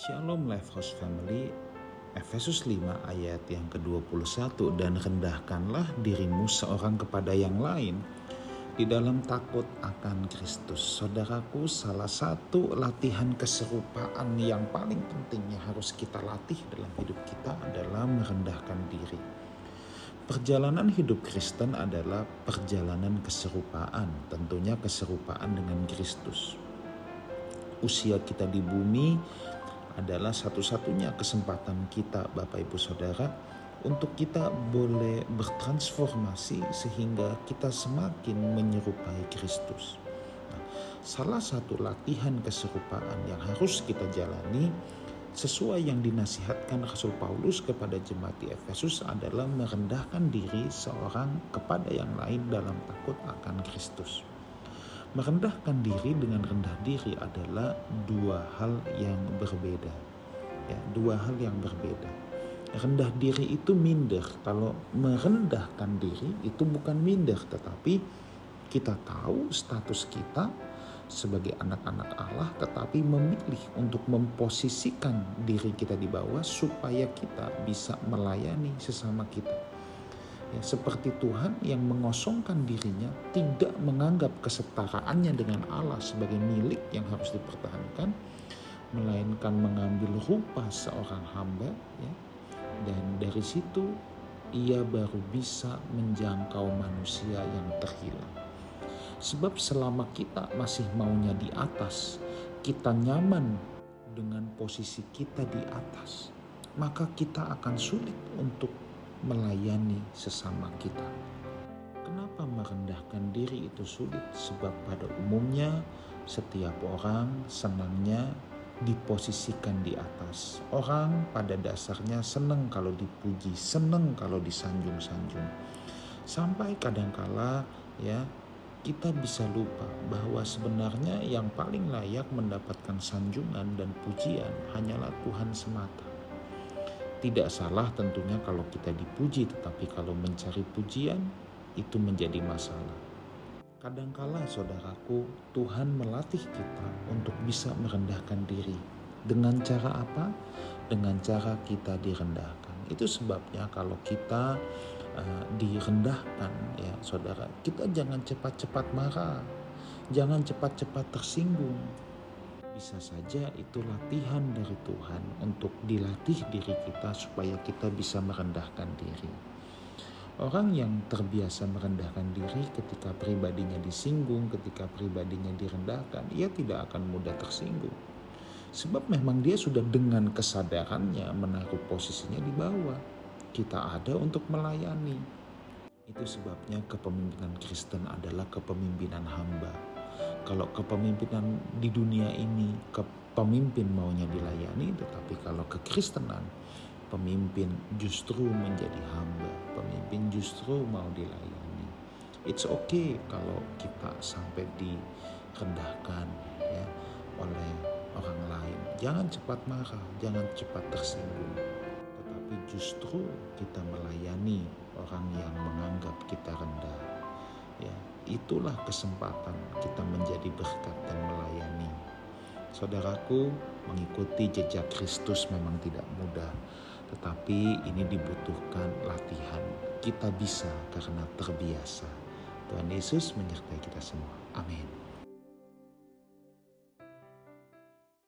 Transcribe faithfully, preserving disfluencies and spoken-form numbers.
Shalom Life House Family, Efesus lima ayat yang kedua puluh satu, dan rendahkanlah dirimu seorang kepada yang lain di dalam takut akan Kristus. Saudaraku, salah satu latihan keserupaan yang paling penting yang harus kita latih dalam hidup kita adalah merendahkan diri. Perjalanan hidup Kristen adalah perjalanan keserupaan, tentunya keserupaan dengan Kristus. Usia kita di bumi adalah satu-satunya kesempatan kita, Bapak Ibu Saudara, untuk kita boleh bertransformasi sehingga kita semakin menyerupai Kristus. Nah, salah satu latihan keserupaan yang harus kita jalani sesuai yang dinasihatkan Rasul Paulus kepada jemaat di Efesus adalah merendahkan diri seorang kepada yang lain dalam takut akan Kristus. Merendahkan diri dengan rendah diri adalah dua hal yang berbeda. Ya, dua hal yang berbeda. Rendah diri itu minder. Kalau merendahkan diri itu bukan minder, tetapi kita tahu status kita sebagai anak-anak Allah, tetapi memilih untuk memposisikan diri kita di bawah supaya kita bisa melayani sesama kita. Ya, seperti Tuhan yang mengosongkan dirinya, tidak menganggap kesetaraannya dengan Allah sebagai milik yang harus dipertahankan, melainkan mengambil rupa seorang hamba, ya, dan dari situ ia baru bisa menjangkau manusia yang terhilang. Sebab selama kita masih maunya di atas, kita nyaman dengan posisi kita di atas, maka kita akan sulit untuk melayani sesama kita. Kenapa merendahkan diri itu sulit? Sebab pada umumnya setiap orang senangnya diposisikan di atas. Orang pada dasarnya senang kalau dipuji, senang kalau disanjung-sanjung. Sampai kadangkala ya kita bisa lupa bahwa sebenarnya yang paling layak mendapatkan sanjungan dan pujian hanyalah Tuhan semata. Tidak salah tentunya kalau kita dipuji, tetapi kalau mencari pujian itu menjadi masalah. Kadangkala saudaraku, Tuhan melatih kita untuk bisa merendahkan diri. Dengan cara apa? Dengan cara kita direndahkan. Itu sebabnya kalau kita uh, direndahkan, ya saudara, kita jangan cepat-cepat marah, jangan cepat-cepat tersinggung. Bisa saja itu latihan dari Tuhan untuk dilatih diri kita supaya kita bisa merendahkan diri. Orang yang terbiasa merendahkan diri ketika pribadinya disinggung, ketika pribadinya direndahkan, ia tidak akan mudah tersinggung. Sebab memang dia sudah dengan kesadarannya menaruh posisinya di bawah. Kita ada untuk melayani. Itu sebabnya kepemimpinan Kristen adalah kepemimpinan hamba. Kalau kepemimpinan di dunia ini, pemimpin maunya dilayani, tetapi kalau kekristenan, pemimpin justru menjadi hamba, pemimpin justru mau dilayani. It's okay kalau kita sampai direndahkan ya oleh orang lain. Jangan cepat marah, jangan cepat tersinggung, tetapi justru kita melayani orang yang menganggap kita rendah. Ya, itulah kesempatan kita menjadi berkat dan melayani. Saudaraku, mengikuti jejak Kristus memang tidak mudah, tetapi ini dibutuhkan latihan. Kita bisa karena terbiasa. Tuhan Yesus menyertai kita semua. Amin.